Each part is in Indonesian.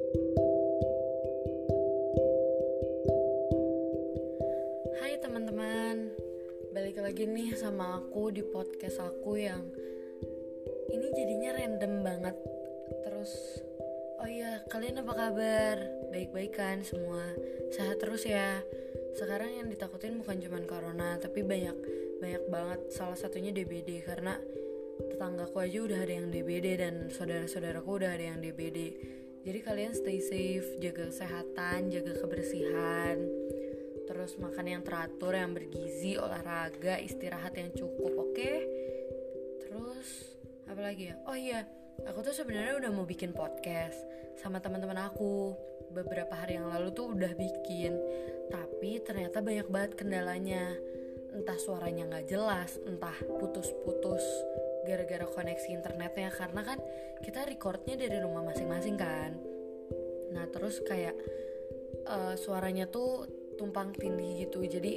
Hai teman-teman, balik lagi nih sama aku di podcast aku yang ini jadinya random banget. Terus, oh iya, kalian apa kabar? Baik-baik kan semua? Sehat terus ya. Sekarang yang ditakutin bukan cuma corona, tapi banyak banget. Salah satunya DBD, karena tetanggaku aja udah ada yang DBD dan saudara-saudaraku udah ada yang DBD. Jadi kalian stay safe, jaga kesehatan, jaga kebersihan, terus makan yang teratur, yang bergizi, olahraga, istirahat yang cukup, oke? Terus apa lagi ya? Oh iya, aku tuh sebenarnya udah mau bikin podcast sama teman-teman aku. Beberapa hari yang lalu tuh udah bikin, tapi ternyata banyak banget kendalanya. Entah suaranya nggak jelas, entah putus-putus gara-gara koneksi internetnya, karena kan kita recordnya dari rumah masing-masing kan. Nah terus kayak suaranya tuh tumpang tindih gitu, jadi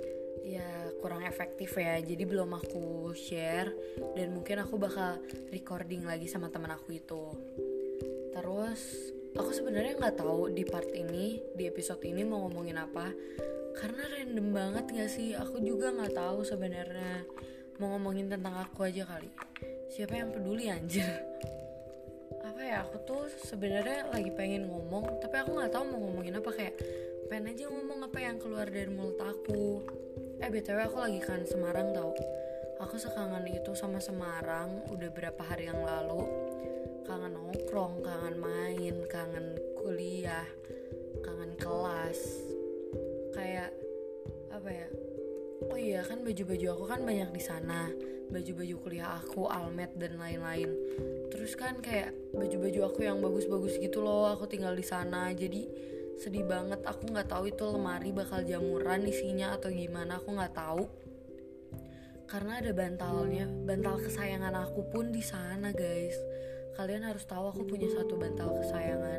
ya kurang efektif ya. Jadi belum aku share, dan mungkin aku bakal recording lagi sama teman aku itu. Terus aku sebenarnya nggak tahu di part ini, di episode ini mau ngomongin apa, karena random banget nggak sih. Aku juga nggak tahu sebenarnya mau ngomongin tentang aku aja kali. Siapa yang peduli anjir. Apa ya, aku tuh sebenarnya lagi pengen ngomong, tapi aku nggak tahu mau ngomongin apa. Kayak pengen aja ngomong apa yang keluar dari mulut aku. BTW aku lagi kangen Semarang tau. Aku sekangen itu sama Semarang udah berapa hari yang lalu. Kangen nongkrong, kangen main, kangen kuliah, kangen kelas. Kayak apa ya? Oh iya kan, baju-baju aku kan banyak di sana. Baju-baju kuliah aku, almet dan lain-lain. Terus kan kayak baju-baju aku yang bagus-bagus gitu loh, aku tinggal di sana. Jadi sedih banget. Aku nggak tahu itu lemari bakal jamuran isinya atau gimana, aku nggak tahu. Karena ada bantalnya, bantal kesayangan aku pun di sana guys. Kalian harus tahu aku punya satu bantal kesayangan.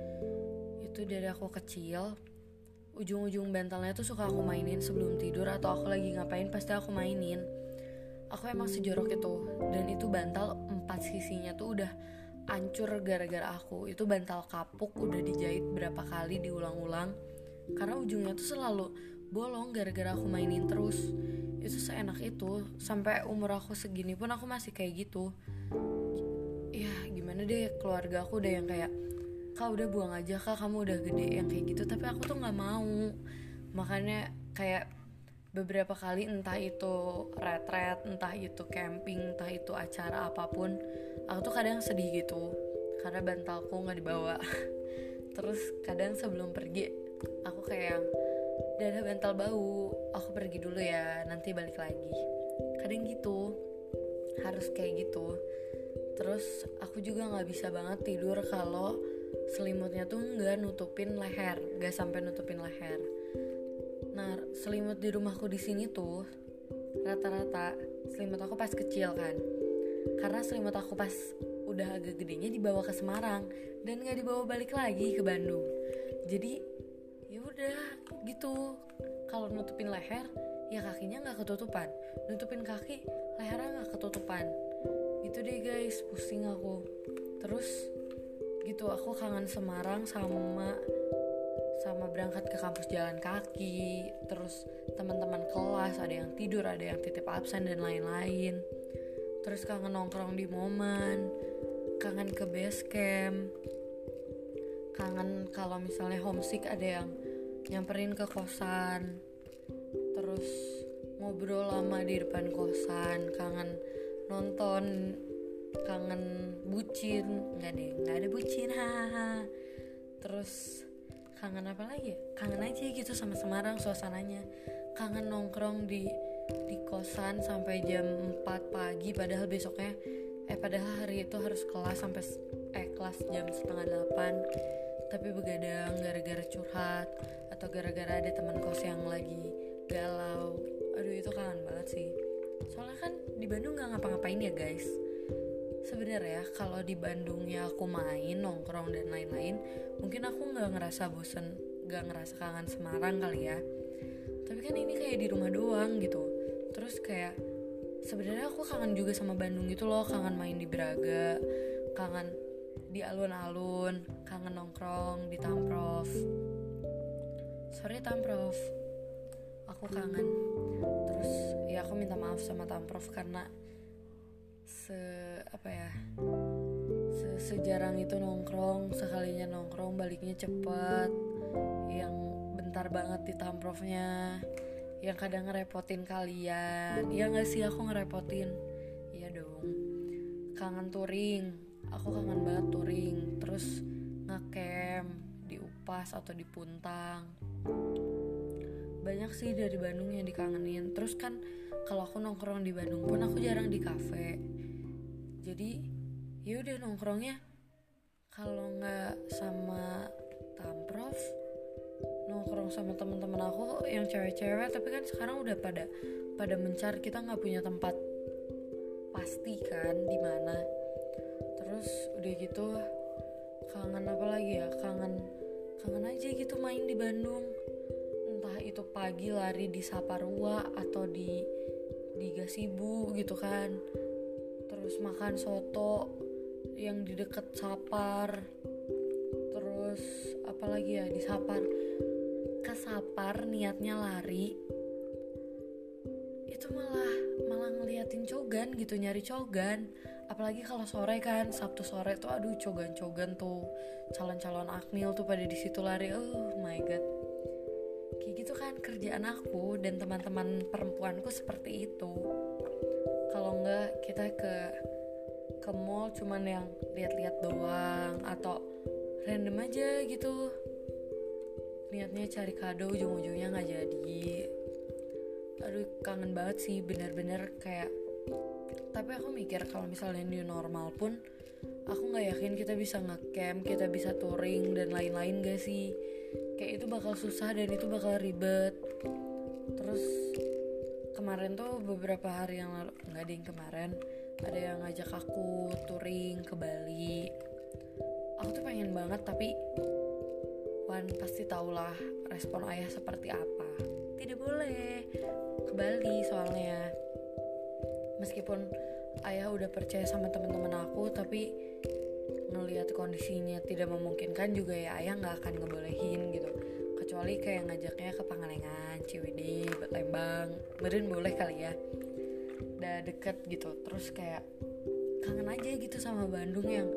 Itu dari aku kecil. Ujung-ujung bantalnya tuh suka aku mainin sebelum tidur, atau aku lagi ngapain pasti aku mainin. Aku emang sejorok itu. Dan itu bantal 4 sisinya tuh udah hancur gara-gara aku. Itu bantal kapuk, udah dijahit berapa kali diulang-ulang, karena ujungnya tuh selalu bolong gara-gara aku mainin terus. Itu seenak itu. Sampai umur aku segini pun aku masih kayak gitu. Ya gimana deh, keluarga aku udah yang kayak, "Kak udah buang aja kak, kamu udah gede," yang kayak gitu. Tapi aku tuh gak mau. Makanya kayak beberapa kali, entah itu retret, entah itu camping, entah itu acara apapun, aku tuh kadang sedih gitu karena bantalku gak dibawa. Terus kadang sebelum pergi aku kayak, "Dadah bantal bau, aku pergi dulu ya, nanti balik lagi." Kadang gitu, harus kayak gitu. Terus aku juga gak bisa banget tidur kalau selimutnya tuh gak nutupin leher, gak sampai nutupin leher. Nah, selimut di rumahku di sini tuh rata-rata selimut aku pas kecil kan. Karena selimut aku pas udah agak gedenya dibawa ke Semarang dan gak dibawa balik lagi ke Bandung. Jadi ya udah gitu. Kalau nutupin leher, ya kakinya nggak ketutupan. Nutupin kaki, lehernya nggak ketutupan. Gitu deh guys, pusing aku. Terus gitu, aku kangen Semarang sama berangkat ke kampus jalan kaki. Terus teman-teman kelas, ada yang tidur, ada yang titip absen dan lain-lain. Terus kangen nongkrong di momen, kangen ke base camp, kangen kalau misalnya homesick ada yang nyamperin ke kosan, terus ngobrol lama di depan kosan, kangen nonton, kangen bucin. Nggak ada bucin, hahaha. Terus kangen apa lagi ya? Kangen aja gitu sama Semarang suasananya. Kangen nongkrong di kosan sampai jam 4 pagi, padahal besoknya padahal hari itu harus kelas sampai kelas jam setengah 8, tapi begadang gara-gara curhat atau gara-gara ada teman kos yang lagi galau. Aduh itu kangen banget sih. Soalnya kan di Bandung gak ngapa-ngapain ya guys. Sebenarnya kalau di Bandungnya aku main, nongkrong dan lain-lain, mungkin aku gak ngerasa bosen, gak ngerasa kangen Semarang kali ya. Tapi kan ini kayak di rumah doang gitu. Terus kayak sebenarnya aku kangen juga sama Bandung gitu loh. Kangen main di Braga, kangen di alun-alun, kangen nongkrong nongkrong di Tamprov. Sorry Tamprov, aku kangen. Terus ya aku minta maaf sama Tamprov karena sejarang itu nongkrong, sekalinya nongkrong baliknya cepet, yang bentar banget di Tamprovnya, yang kadang ngerepotin kalian. Ya gak sih, aku ngerepotin? Iya dong. Kangen touring, aku kangen banget touring. Terus ngecamp di Upas atau di Puntang. Banyak sih dari Bandung yang dikangenin. Terus kan kalau aku nongkrong di Bandung pun aku jarang di kafe. Jadi ya udah nongkrongnya kalau nggak sama Tamprov, nongkrong sama teman-teman aku yang cewek-cewek. Tapi kan sekarang udah pada mencar, kita nggak punya tempat pasti kan di mana. Terus udah gitu kangen apa lagi ya, kangen aja gitu main di Bandung. Entah itu pagi lari di Saparua atau di Gasibu gitu kan. Terus makan soto yang di deket Sapar. Terus apalagi ya, di Sapar, ke Sapar niatnya lari, itu malah ngeliatin cogan gitu, nyari cogan. Apalagi kalau sore kan, Sabtu sore tuh aduh cogan-cogan tuh, calon-calon akmil tuh pada di situ lari. Oh my god, kayak gitu kan kerjaan aku dan teman-teman perempuanku seperti itu. Kalau enggak kita ke mall cuman yang lihat-lihat doang atau random aja gitu, niatnya cari kado, ujung-ujungnya nggak jadi. Aduh kangen banget sih, bener-bener kayak. Tapi aku mikir kalau misalnya new normal pun aku nggak yakin kita bisa ngecamp, kita bisa touring dan lain-lain gak sih. Kayak itu bakal susah dan itu bakal ribet. Terus kemarin tuh beberapa hari yang lalu, nggak ada yang kemarin, ada yang ngajak aku touring ke Bali. Aku tuh pengen banget, tapi Wan pasti tahulah respon ayah seperti apa. Tidak boleh ke Bali soalnya. Meskipun ayah udah percaya sama teman-teman aku, tapi ngelihat kondisinya tidak memungkinkan juga ya ayah nggak akan ngebolehin gitu. Kecuali kayak ngajaknya ke Pangalengan, Ciwidey, Lembang, meren boleh kali ya. Udah deket gitu. Terus kayak kangen aja gitu sama Bandung yang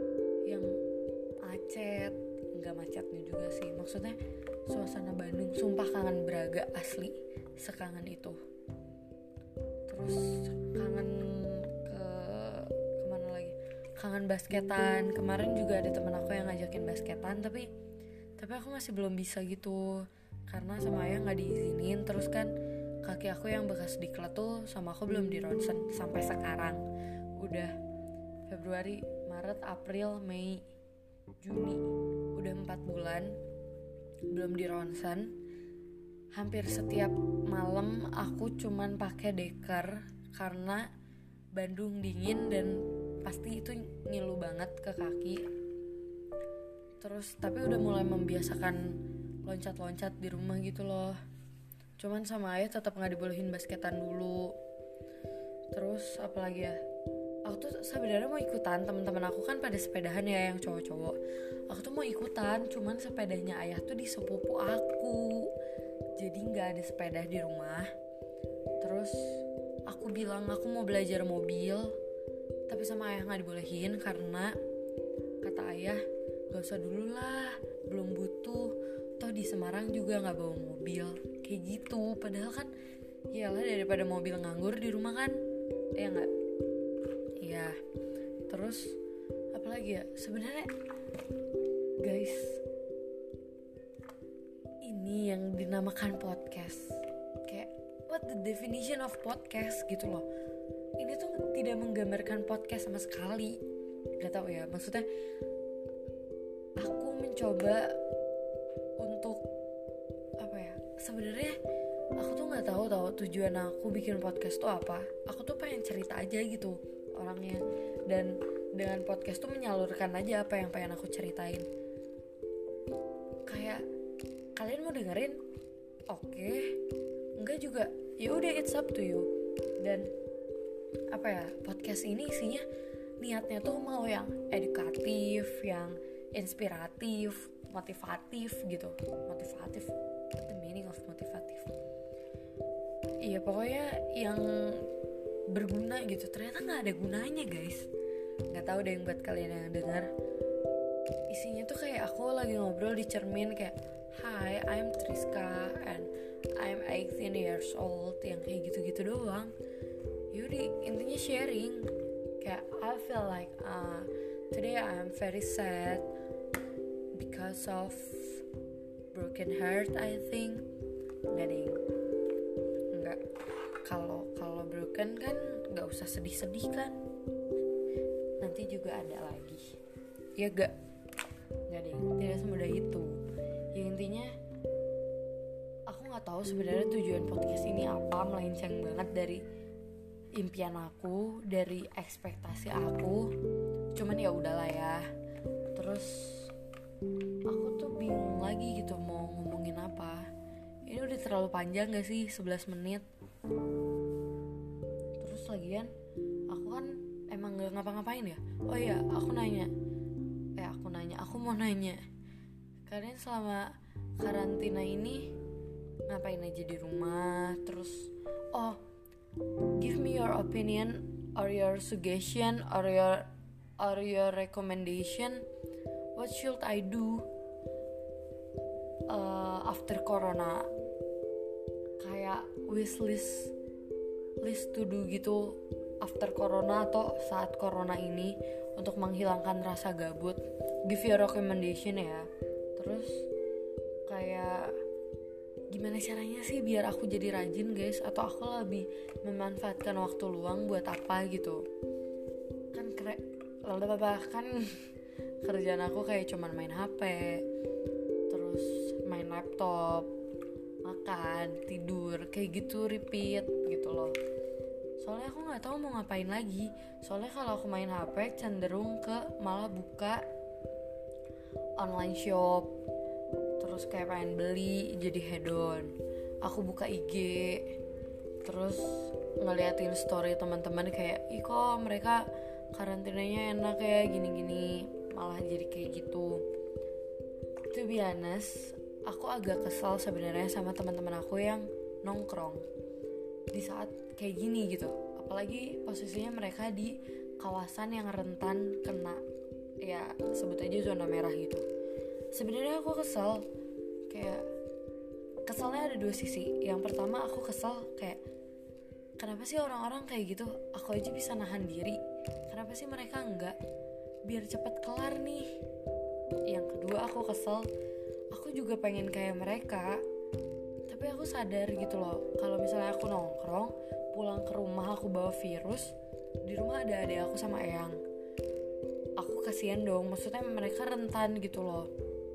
macet. Nggak macetnya juga sih, maksudnya suasana Bandung. Sumpah kangen Braga asli, sekangen itu. Terus kangen kemana lagi? Kangen basketan. Kemarin juga ada teman aku yang ngajakin basketan, tapi aku masih belum bisa gitu karena sama ayah nggak diizinin. Terus kan kaki aku yang bekas diklat tuh sama aku belum di ronsen sampai sekarang. Udah Februari, Maret, April, Mei, Juni, udah 4 bulan belum di ronsen. Hampir setiap malam aku cuman pakai deker karena Bandung dingin dan pasti itu ngilu banget ke kaki. Terus tapi udah mulai membiasakan loncat-loncat di rumah gitu loh. Cuman sama ayah tetap nggak dibolehin basketan dulu. Terus apalagi ya, aku tuh sebenarnya mau ikutan, teman-teman aku kan pada sepedahan ya yang cowok-cowok. Aku tuh mau ikutan, cuman sepedanya ayah tuh di sepupu aku, jadi nggak ada sepeda di rumah. Terus aku bilang aku mau belajar mobil, tapi sama ayah nggak dibolehin karena kata ayah gak usah dulu lah, belum butuh, toh di Semarang juga gak bawa mobil. Kayak gitu, padahal kan iyalah daripada mobil nganggur di rumah kan, ya gak? Iya. Terus apalagi ya, sebenarnya guys, ini yang dinamakan podcast, kayak what the definition of podcast gitu loh. Ini tuh tidak menggambarkan podcast sama sekali. Gak tau ya, maksudnya aku mencoba untuk apa ya, sebenarnya aku tuh nggak tahu tujuan aku bikin podcast tuh apa. Aku tuh pengen cerita aja gitu orangnya, dan dengan podcast tuh menyalurkan aja apa yang pengen aku ceritain. Kayak kalian mau dengerin, oke. Enggak juga, ya udah, it's up to you. Dan apa ya, podcast ini isinya niatnya tuh mau yang edukatif, yang inspiratif, motivatif gitu. Motivatif, what the meaning of motivatif? Iya pokoknya yang berguna gitu. Ternyata nggak ada gunanya guys. Nggak tahu deh yang buat kalian yang dengar. Isinya tuh kayak aku lagi ngobrol di cermin kayak, "Hi, I'm Triska and I'm 18 years old," yang kayak gitu-gitu doang. Yaudah intinya sharing. Kayak I feel like today I'm very sad because of broken heart, I think. Nggak deh. Nggak. Kalau broken kan nggak usah sedih-sedih kan. Nanti juga ada lagi. Ya nggak deh. Tidak semudah itu. Ya intinya aku nggak tahu sebenarnya tujuan podcast ini apa, melenceng banget dari impian aku, dari ekspektasi aku. Cuman ya udahlah ya. Terus aku tuh bingung lagi gitu mau ngomongin apa. Ini udah terlalu panjang gak sih 11 menit. Terus lagian aku kan emang gak ngapa-ngapain ya. Oh iya aku mau nanya, kalian selama karantina ini ngapain aja di rumah? Terus give me your opinion or your suggestion or your recommendation. What should I do after corona? Kayak list to do gitu after corona atau saat corona ini untuk menghilangkan rasa gabut. Give your recommendation ya. Terus kayak gimana caranya sih biar aku jadi rajin guys, atau aku lebih memanfaatkan waktu luang buat apa gitu. Kan kan kerjaan aku kayak cuman main HP, terus main laptop, makan, tidur, kayak gitu repeat gitu loh. Soalnya aku nggak tahu mau ngapain lagi. Soalnya kalau aku main HP cenderung ke malah buka online shop, terus kayak pengen beli jadi hedon. Aku buka IG, terus ngeliatin story teman-teman kayak, ih kok mereka karantinanya enak ya gini-gini, malah jadi kayak gitu. To be honest, aku agak kesal sebenarnya sama teman-teman aku yang nongkrong di saat kayak gini gitu. Apalagi posisinya mereka di kawasan yang rentan kena, ya sebut aja zona merah gitu. Sebenarnya aku kesel, kayak keselnya ada dua sisi. Yang pertama aku kesel kayak, kenapa sih orang-orang kayak gitu? Aku aja bisa nahan diri, kenapa sih mereka enggak? Biar cepet kelar nih. Yang kedua aku kesel, aku juga pengen kayak mereka, tapi aku sadar gitu loh, kalau misalnya aku nongkrong, pulang ke rumah aku bawa virus, di rumah ada adik aku sama Eyang, aku kasihan dong. Maksudnya mereka rentan gitu loh.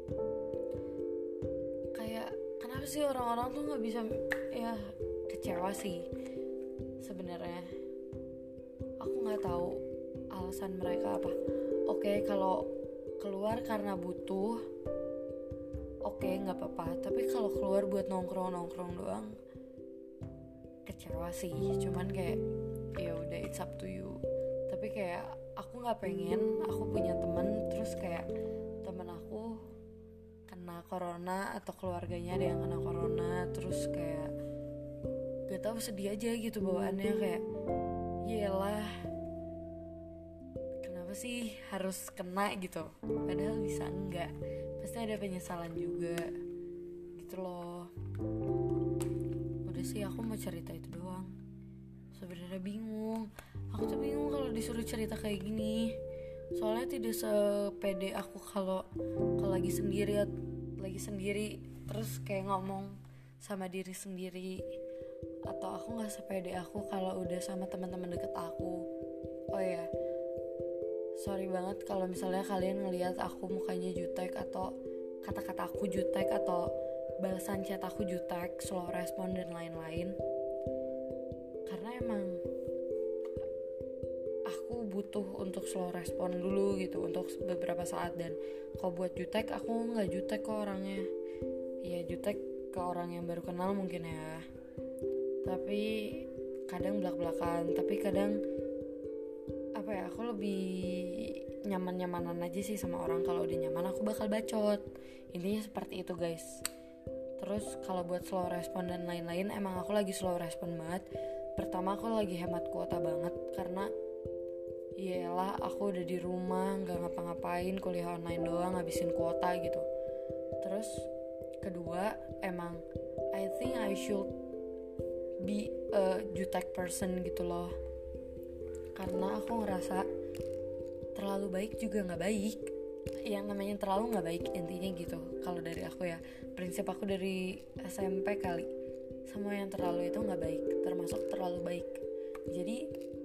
Kayak kenapa sih orang-orang tuh nggak bisa, ya kecewa sih sebenarnya. Aku nggak tahu alasan mereka apa. Oke, kalau keluar karena butuh, oke, nggak apa-apa. Tapi kalau keluar buat nongkrong doang, kecewa sih. Cuman kayak ya udah, it's up to you. Tapi kayak aku nggak pengen aku punya temen terus kayak temen aku kena corona atau keluarganya ada yang kena corona, terus kayak gak tahu, sedih aja gitu bawaannya. Kayak yelah, kenapa sih harus kena gitu, padahal bisa enggak, pasti ada penyesalan juga gitu loh. Udah sih, aku mau cerita itu doang. Sebenarnya bingung, aku tuh bingung kalau disuruh cerita kayak gini. Soalnya tidak sepede aku kalau lagi sendiri terus kayak ngomong sama diri sendiri, atau aku nggak sepede aku kalau udah sama teman-teman deket aku. Oh ya, sorry banget kalau misalnya kalian ngelihat aku mukanya jutek, atau kata-kata aku jutek, atau balasan chat aku jutek, slow respon dan lain-lain. Karena emang aku butuh untuk slow respon dulu gitu untuk beberapa saat. Dan kalau buat jutek, aku nggak jutek kok orangnya. Ya jutek ke orang yang baru kenal mungkin ya, tapi kadang belak-belakan. Tapi kadang apa ya, aku lebih nyaman-nyamanan aja sih sama orang. Kalau udah nyaman aku bakal bacot. Intinya seperti itu guys. Terus kalau buat slow respon dan lain-lain, emang aku lagi slow respon banget. Pertama aku lagi hemat kuota banget, karena iyalah aku udah di rumah gak ngapa-ngapain, kuliah online doang, ngabisin kuota gitu. Terus kedua, emang I think I should be a jutek person gitu loh, karena aku ngerasa terlalu baik juga gak baik. Yang namanya terlalu gak baik, intinya gitu. Kalau dari aku ya, prinsip aku dari SMP kali, semua yang terlalu itu gak baik, termasuk terlalu baik. Jadi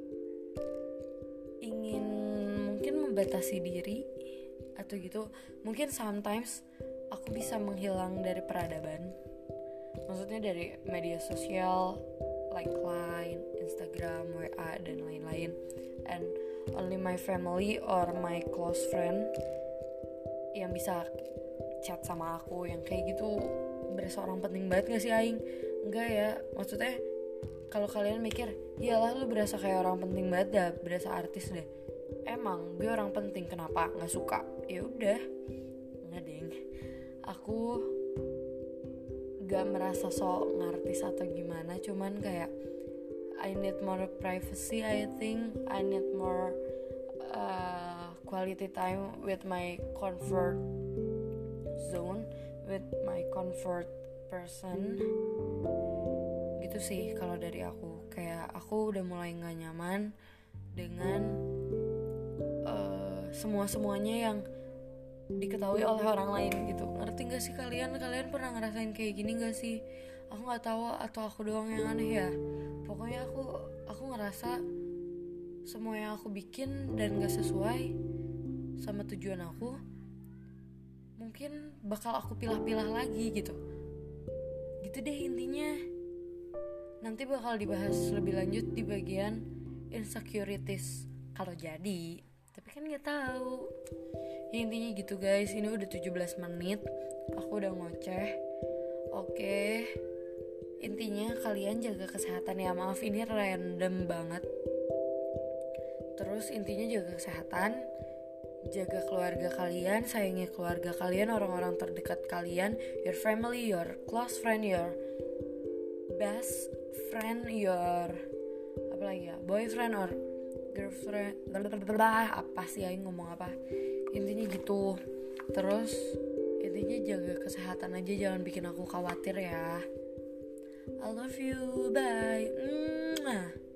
ingin mungkin membatasi diri atau gitu. Mungkin sometimes aku bisa menghilang dari peradaban, maksudnya dari media sosial like Line, Instagram, WA dan lain-lain, and only my family or my close friend yang bisa chat sama aku, yang kayak gitu. Berasa orang penting banget gak sih aing? Enggak ya, maksudnya kalau kalian mikir iyalah lu berasa kayak orang penting banget dah, berasa artis deh. Emang gue orang penting, kenapa nggak suka? Ya udah, nggak deng. Aku gak merasa sok ngartis atau gimana, cuman kayak I need more privacy. I think I need more quality time with my comfort zone, with my comfort person. Gitu sih kalau dari aku. Kayak aku udah mulai gak nyaman dengan semua-semuanya yang diketahui oleh orang lain gitu. Ngerti gak sih kalian? Kalian pernah ngerasain kayak gini gak sih? Aku gak tahu atau aku doang yang aneh ya. Pokoknya aku ngerasa semua yang aku bikin dan gak sesuai sama tujuan aku, mungkin bakal aku pilah-pilah lagi gitu. Gitu deh intinya. Nanti bakal dibahas lebih lanjut di bagian insecurities kalau jadi. Tapi kan gak tahu. Ya, intinya gitu guys. Ini udah 17 menit. Aku udah ngoceh. Oke. Intinya kalian jaga kesehatan ya. Maaf ini random banget. Terus intinya jaga kesehatan, jaga keluarga kalian, sayangi keluarga kalian, orang-orang terdekat kalian, your family, your close friend, your best friend, your apa lagi ya, boyfriend or girlfriend, apa sih aing ngomong apa, intinya gitu. Terus intinya jaga kesehatan aja, jangan bikin aku khawatir ya. I love you, bye.